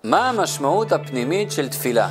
מה המשמעות הפנימית של תפילה?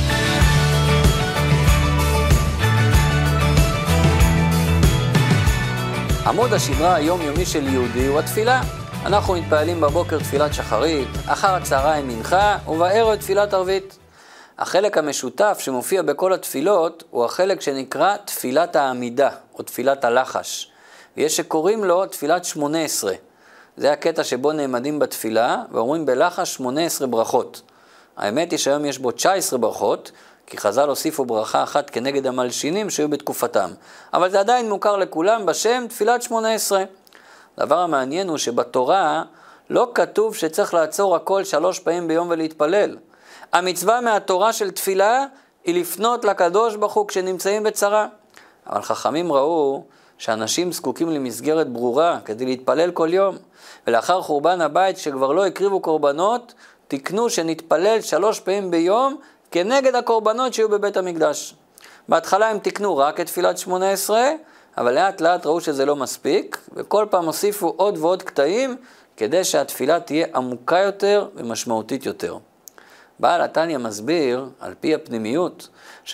עמוד השדרה היומיומי של יהודי הוא התפילה. אנחנו מתפעלים בבוקר תפילת שחרית, אחר הצהריים מנחה ובערב תפילת ערבית. החלק המשותף שמופיע בכל התפילות הוא החלק שנקרא תפילת העמידה או תפילת הלחש. ויש שקוראים לו תפילת 18. זה הקטע שבו נעמדים בתפילה ואומרים בלחש 18 ברכות. האמת היא שהיום יש בו 19 ברכות, כי חז"ל הוסיפו ברכה אחת כנגד המלשינים שהיו בתקופתם. אבל זה עדיין מוכר לכולם בשם תפילת 18. הדבר המעניין הוא שבתורה לא כתוב שצריך לעצור הכל 3 פעמים ביום ולהתפלל. המצווה מהתורה של תפילה היא לפנות לקדוש ברוך הוא כשנמצאים בצרה. אבל חכמים ראו שאנשים זקוקים למסגרת ברורה כדי להתפלל כל יום. ולאחר חורבן הבית שכבר לא הקריבו קורבנות, תקנו שנתפלל 3 פעמים ביום כנגד הקורבנות שיהיו בבית המקדש. בהתחלה הם תקנו רק את תפילת 18, אבל לאט לאט ראו שזה לא מספיק, וכל פעם הוסיפו עוד ועוד קטעים כדי שהתפילה תהיה עמוקה יותר ומשמעותית יותר. בעל התניא מסביר, על פי הפנימיות,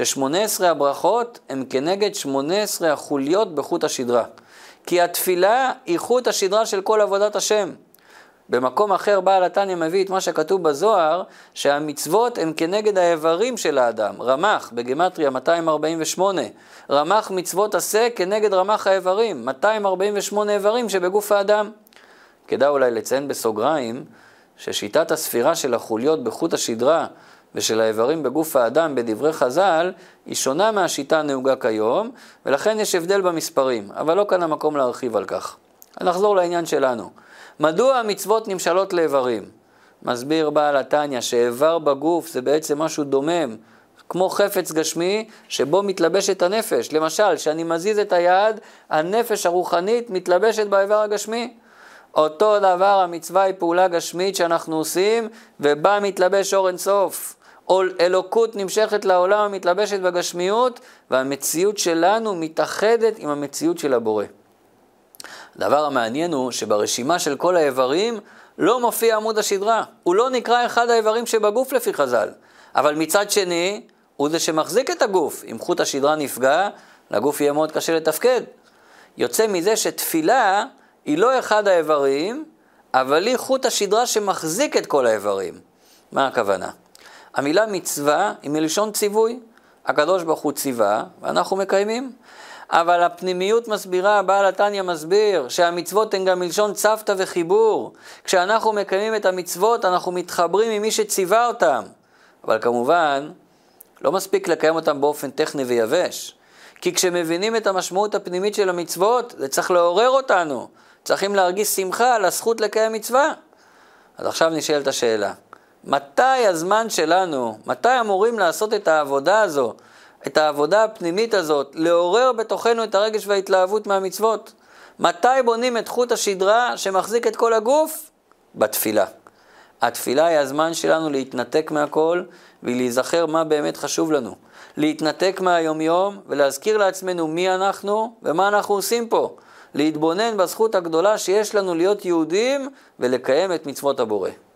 ש18 הברכות הם כנגד 18 החוליות בחוט השדרה. כי התפילה היא חוט השדרה של כל עבודת השם. במקום אחר בעל התניא מביא את מה שכתוב בזוהר, שהמצוות הם כנגד האיברים של האדם. רמ"ח בגימטריה 248. רמ"ח מצוות עשה כנגד רמ"ח האיברים. 248 איברים שבגוף האדם. כדאי אולי לציין בסוגריים, ששיטת הספירה של החוליות בחוט השדרה ושל האיברים בגוף האדם בדברי חז"ל היא שונה מהשיטה הנהוגה כיום, ולכן יש הבדל במספרים, אבל לא כאן המקום להרחיב על כך. נחזור לעניין שלנו. מדוע המצוות נמשלות לאיברים? מסביר בעל התניא שאיבר בגוף זה בעצם משהו דומם, כמו חפץ גשמי שבו מתלבשת הנפש. למשל, כשאני מזיז את היד, הנפש הרוחנית מתלבשת באיבר הגשמי. אותו דבר המצווה היא פעולה גשמית שאנחנו עושים, ובה מתלבש אור אינסוף. אלוקות נמשכת לעולם המתלבשת בגשמיות, והמציאות שלנו מתאחדת עם המציאות של הבורא. הדבר המעניין הוא שברשימה של כל האיברים לא מופיע עמוד השדרה. הוא לא נקרא אחד האיברים שבגוף לפי חז"ל. אבל מצד שני, הוא זה שמחזיק את הגוף. אם חוט השדרה נפגע, לגוף יהיה מאוד קשה לתפקד. יוצא מזה שתפילה היא לא אחד האיברים, אבל היא חוט השדרה שמחזיק את כל האיברים. מה הכוונה? המילה מצווה היא מלשון ציווי. הקדוש ברוך הוא ציווה, ואנחנו מקיימים. אבל הפנימיות מסבירה, בעל התניא מסביר, שהמצוות הן גם מלשון צוותא וחיבור. כשאנחנו מקיימים את המצוות, אנחנו מתחברים עם מי שציווה אותם. אבל כמובן, לא מספיק לקיים אותם באופן טכני ויבש. כי כשמבינים את המשמעות הפנימית של המצוות, זה צריך לעורר אותנו. צריכים להרגיש שמחה על הזכות לקיים מצווה. אז עכשיו נשאלת השאלה, מתי הזמן שלנו, מתי אמורים לעשות את העבודה הזו, את העבודה הפנימית הזאת, לעורר בתוכנו את הרגש וההתלהבות מהמצוות? מתי בונים את חוט השדרה שמחזיק את כל הגוף? בתפילה. התפילה היא הזמן שלנו להתנתק מהכל ולהיזכר מה באמת חשוב לנו. להתנתק מהיום-יום ולהזכיר לעצמנו מי אנחנו ומה אנחנו עושים פה. להתבונן בזכות הגדולה שיש לנו להיות יהודים ולקיים את מצוות הבורא.